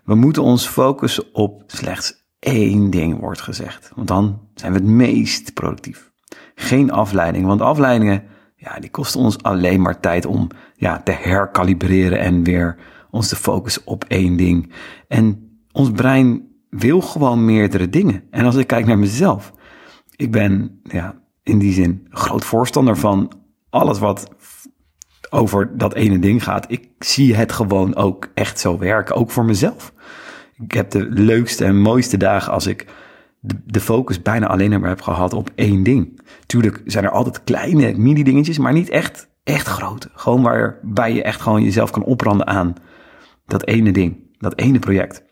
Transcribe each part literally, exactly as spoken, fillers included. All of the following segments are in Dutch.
We moeten ons focussen op slechts één ding, wordt gezegd. Want dan zijn we het meest productief. Geen afleiding, want afleidingen, ja, die kosten ons alleen maar tijd om ja, te herkalibreren en weer ons te focussen op één ding. En ons brein wil gewoon meerdere dingen. En als ik kijk naar mezelf, ik ben ja, in die zin groot voorstander van alles wat over dat ene ding gaat. Ik zie het gewoon ook echt zo werken, ook voor mezelf. Ik heb de leukste en mooiste dagen als ik de, de focus bijna alleen maar heb gehad op één ding. Tuurlijk zijn er altijd kleine mini dingetjes, maar niet echt, echt grote. Gewoon waarbij je echt gewoon jezelf kan opbranden aan dat ene ding, dat ene project.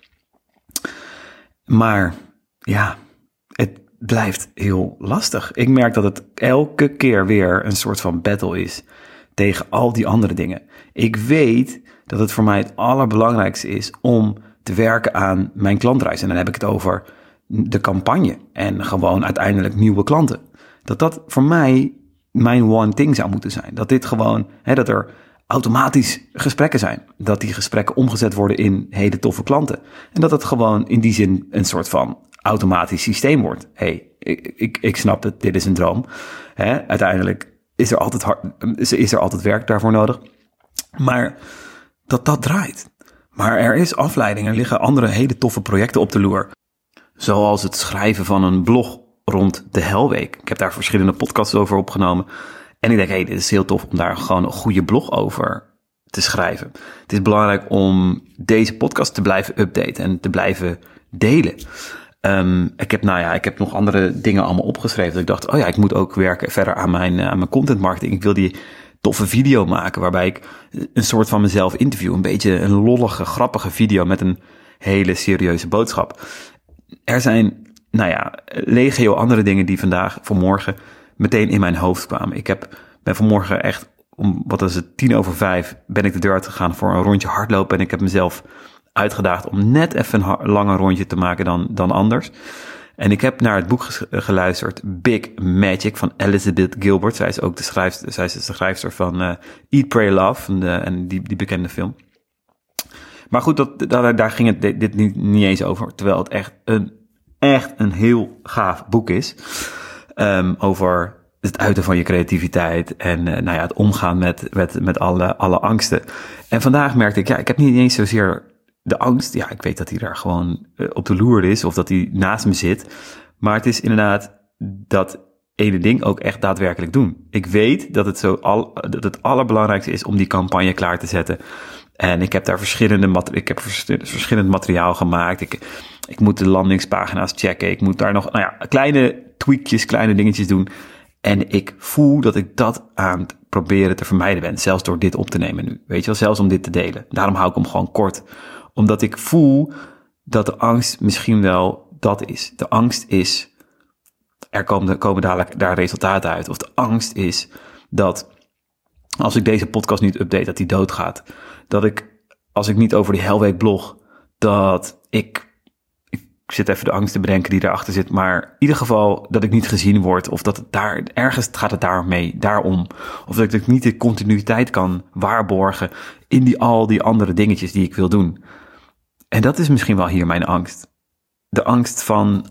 Maar ja, het blijft heel lastig. Ik merk dat het elke keer weer een soort van battle is tegen al die andere dingen. Ik weet dat het voor mij het allerbelangrijkste is om te werken aan mijn klantreis. En dan heb ik het over de campagne en gewoon uiteindelijk nieuwe klanten. Dat dat voor mij mijn one thing zou moeten zijn. Dat dit gewoon, hè, dat er automatisch gesprekken zijn. Dat die gesprekken omgezet worden in hele toffe klanten. En dat het gewoon in die zin een soort van automatisch systeem wordt. Hey, ik, ik, ik snap het, dit is een droom. Hè, uiteindelijk is er, altijd hard, is er altijd werk daarvoor nodig. Maar dat dat draait. Maar er is afleiding. Er liggen andere hele toffe projecten op de loer. Zoals het schrijven van een blog rond de Helweek. Ik heb daar verschillende podcasts over opgenomen. En ik denk, hé, hey, dit is heel tof om daar gewoon een goede blog over te schrijven. Het is belangrijk om deze podcast te blijven updaten en te blijven delen. Um, ik heb, nou ja, ik heb nog andere dingen allemaal opgeschreven. Dat ik dacht, oh ja, ik moet ook werken verder aan mijn, uh, aan mijn content marketing. Ik wil die toffe video maken waarbij ik een soort van mezelf interview. Een beetje een lollige, grappige video met een hele serieuze boodschap. Er zijn, nou ja, legio andere dingen die vandaag, vanmorgen, meteen in mijn hoofd kwamen. Ik heb, ben vanmorgen echt, om, wat is het, tien over vijf, ben ik de deur uitgegaan voor een rondje hardlopen. En ik heb mezelf uitgedaagd om net even een langer rondje te maken dan, dan anders. En ik heb naar het boek ges- geluisterd, Big Magic, van Elizabeth Gilbert. Zij is ook de schrijfster, zij is de schrijfster van uh, Eat, Pray, Love, en, de, en die, die bekende film. Maar goed, dat, daar, daar ging het dit, dit niet, niet eens over. Terwijl het echt een, echt een heel gaaf boek is. Um, over het uiten van je creativiteit en uh, nou ja, het omgaan met, met, met alle, alle angsten. En vandaag merkte ik, ja, ik heb niet eens zozeer de angst. Ja, ik weet dat hij daar gewoon uh, op de loer is of dat hij naast me zit. Maar het is inderdaad dat ene ding ook echt daadwerkelijk doen. Ik weet dat het, zo al, dat het allerbelangrijkste is om die campagne klaar te zetten. En ik heb daar verschillende, mat- ik heb verschillend materiaal gemaakt. Ik, ik moet de landingspagina's checken. Ik moet daar nog, nou ja, kleine tweakjes, kleine dingetjes doen. En ik voel dat ik dat aan het proberen te vermijden ben. Zelfs door dit op te nemen nu. Weet je wel, zelfs om dit te delen. Daarom hou ik hem gewoon kort. Omdat ik voel dat de angst misschien wel dat is. De angst is, er komen, komen dadelijk daar resultaten uit. Of de angst is dat als ik deze podcast niet update, dat die doodgaat. Dat ik, als ik niet over die Helweek blog, dat ik, ik zit even de angst te bedenken die erachter zit, maar in ieder geval dat ik niet gezien word, of dat het daar, ergens gaat het daarmee, daarom. Of dat ik niet de continuïteit kan waarborgen in die, al die andere dingetjes die ik wil doen. En dat is misschien wel hier mijn angst. De angst van,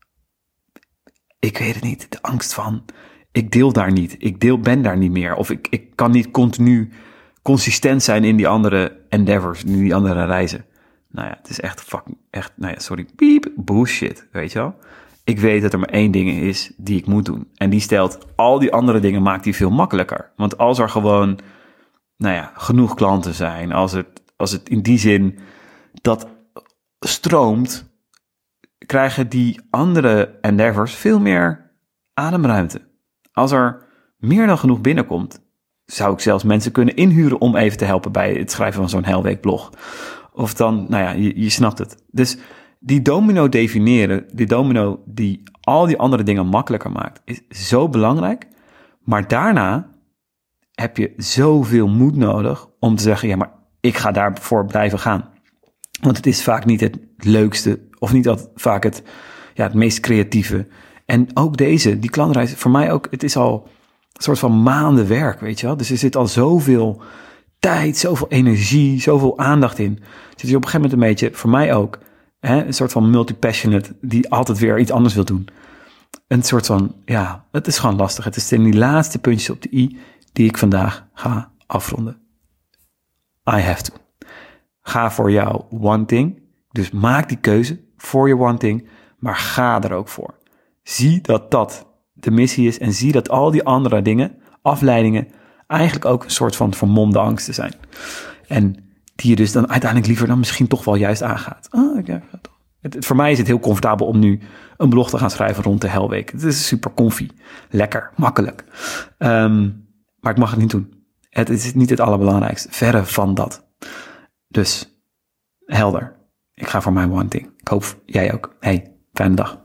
ik weet het niet, de angst van, ik deel daar niet, ik deel, ben daar niet meer. Of ik, ik kan niet continu consistent zijn in die andere endeavors, in die andere reizen. Nou ja, het is echt fucking, echt, nou ja, sorry, piep, bullshit, weet je wel. Ik weet dat er maar één ding is die ik moet doen. En die stelt al die andere dingen, maakt die veel makkelijker. Want als er gewoon, nou ja, genoeg klanten zijn, als het, als het in die zin dat stroomt, krijgen die andere endeavors veel meer ademruimte. Als er meer dan genoeg binnenkomt, zou ik zelfs mensen kunnen inhuren om even te helpen bij het schrijven van zo'n Helweek blog. Of dan, nou ja, je, je snapt het. Dus die domino definiëren, die domino die al die andere dingen makkelijker maakt, is zo belangrijk. Maar daarna heb je zoveel moed nodig om te zeggen, ja, maar ik ga daarvoor blijven gaan. Want het is vaak niet het leukste, of niet altijd vaak het, ja, het meest creatieve. En ook deze, die klantreis, voor mij ook, het is al een soort van maanden werk, weet je wel. Dus er zit al zoveel tijd, zoveel energie, zoveel aandacht in. Zit je op een gegeven moment een beetje, voor mij ook, hè, een soort van multi-passionate die altijd weer iets anders wil doen. Een soort van, ja, het is gewoon lastig. Het is in die laatste puntjes op de i die ik vandaag ga afronden. I have to. Ga voor jouw one thing. Dus maak die keuze voor je one thing, maar ga er ook voor. Zie dat dat de missie is en zie dat al die andere dingen, afleidingen, eigenlijk ook een soort van vermomde angsten zijn. En die je dus dan uiteindelijk liever dan misschien toch wel juist aangaat. Oh, ja, het, het, voor mij is het heel comfortabel om nu een blog te gaan schrijven rond de Hellweek. Het is super comfy, lekker, makkelijk. Um, maar ik mag het niet doen. Het is niet het allerbelangrijkste, verre van dat. Dus, helder. Ik ga voor mijn one thing. Ik hoop jij ook. Hey, fijne dag.